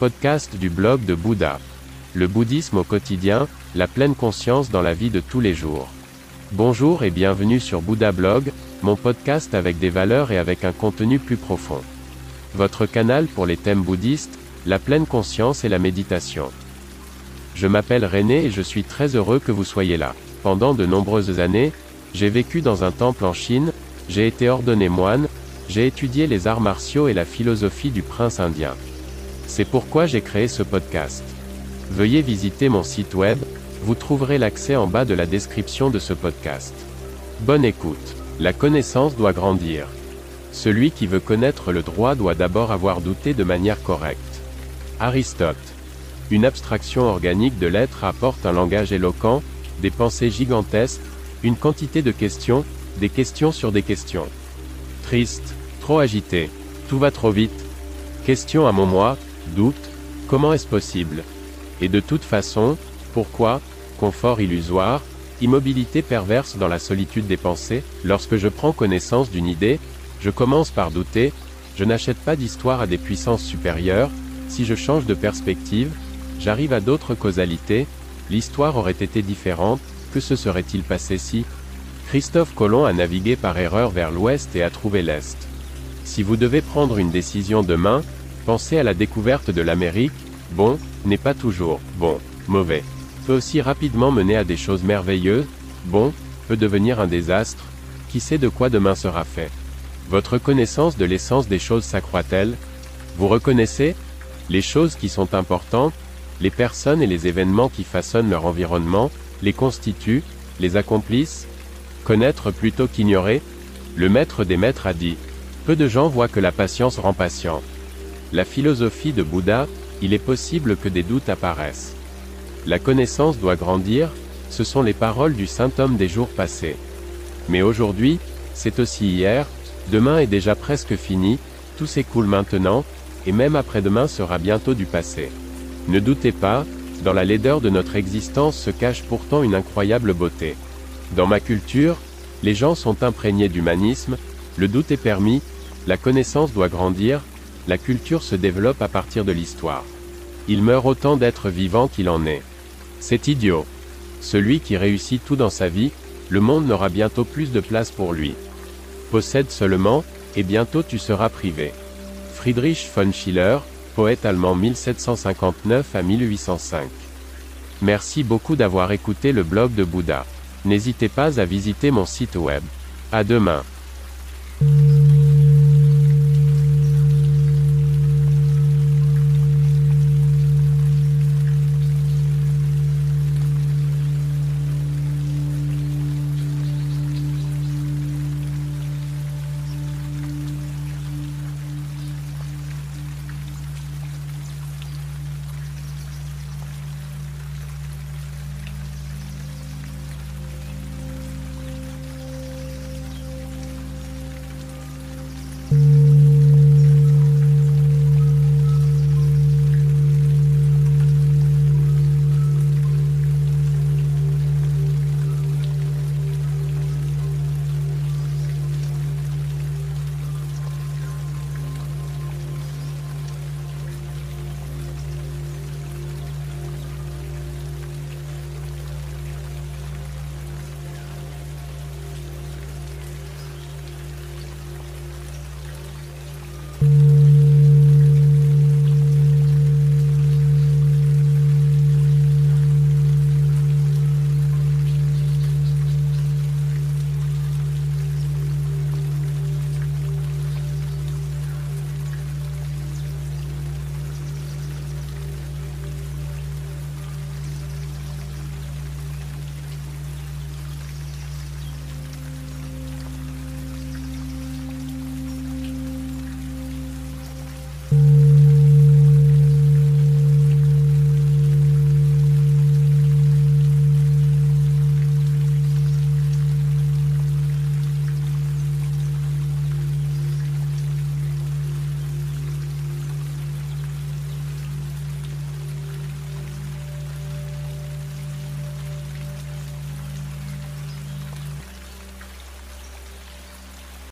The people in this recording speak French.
podcast du blog de Bouddha. Le bouddhisme au quotidien, la pleine conscience dans la vie de tous les jours. Bonjour et bienvenue sur Bouddha Blog, mon podcast avec des valeurs et avec un contenu plus profond. Votre canal pour les thèmes bouddhistes, la pleine conscience et la méditation. Je m'appelle René et je suis très heureux que vous soyez là. Pendant de nombreuses années, j'ai vécu dans un temple en Chine, j'ai été ordonné moine, j'ai étudié les arts martiaux et la philosophie du prince indien. C'est pourquoi j'ai créé ce podcast. Veuillez visiter mon site web, vous trouverez l'accès en bas de la description de ce podcast. Bonne écoute. La connaissance doit grandir. Celui qui veut connaître le droit doit d'abord avoir douté de manière correcte. Aristote. Une abstraction organique de l'être apporte un langage éloquent, des pensées gigantesques, une quantité de questions, des questions sur des questions. Triste, trop agité, tout va trop vite. Question à mon moi, doute, comment est-ce possible? Et de toute façon, pourquoi? Confort illusoire, immobilité perverse dans la solitude des pensées. Lorsque je prends connaissance d'une idée, je commence par douter, je n'achète pas d'histoire à des puissances supérieures, si je change de perspective, j'arrive à d'autres causalités, l'histoire aurait été différente, que se serait-il passé si? Christophe Colomb a navigué par erreur vers l'ouest et a trouvé l'est. Si vous devez prendre une décision demain, pensez à la découverte de l'Amérique, bon, n'est pas toujours, bon, mauvais. Peut aussi rapidement mener à des choses merveilleuses, bon, peut devenir un désastre, qui sait de quoi demain sera fait. Votre connaissance de l'essence des choses s'accroît-elle? Vous reconnaissez les choses qui sont importantes, les personnes et les événements qui façonnent leur environnement, les constituent, les accomplissent? Connaître plutôt qu'ignorer? Le maître des maîtres a dit. Peu de gens voient que la patience rend patient. La philosophie de Bouddha, il est possible que des doutes apparaissent. La connaissance doit grandir, ce sont les paroles du saint homme des jours passés. Mais aujourd'hui, c'est aussi hier, demain est déjà presque fini, tout s'écoule maintenant, et même après-demain sera bientôt du passé. Ne doutez pas, dans la laideur de notre existence se cache pourtant une incroyable beauté. Dans ma culture, les gens sont imprégnés d'humanisme, le doute est permis, la connaissance doit grandir, la culture se développe à partir de l'histoire. Il meurt autant d'êtres vivants qu'il en est. C'est idiot. Celui qui réussit tout dans sa vie, le monde n'aura bientôt plus de place pour lui. Possède seulement, et bientôt tu seras privé. Friedrich von Schiller, poète allemand 1759 à 1805. Merci beaucoup d'avoir écouté le blog de Bouddha. N'hésitez pas à visiter mon site web. À demain.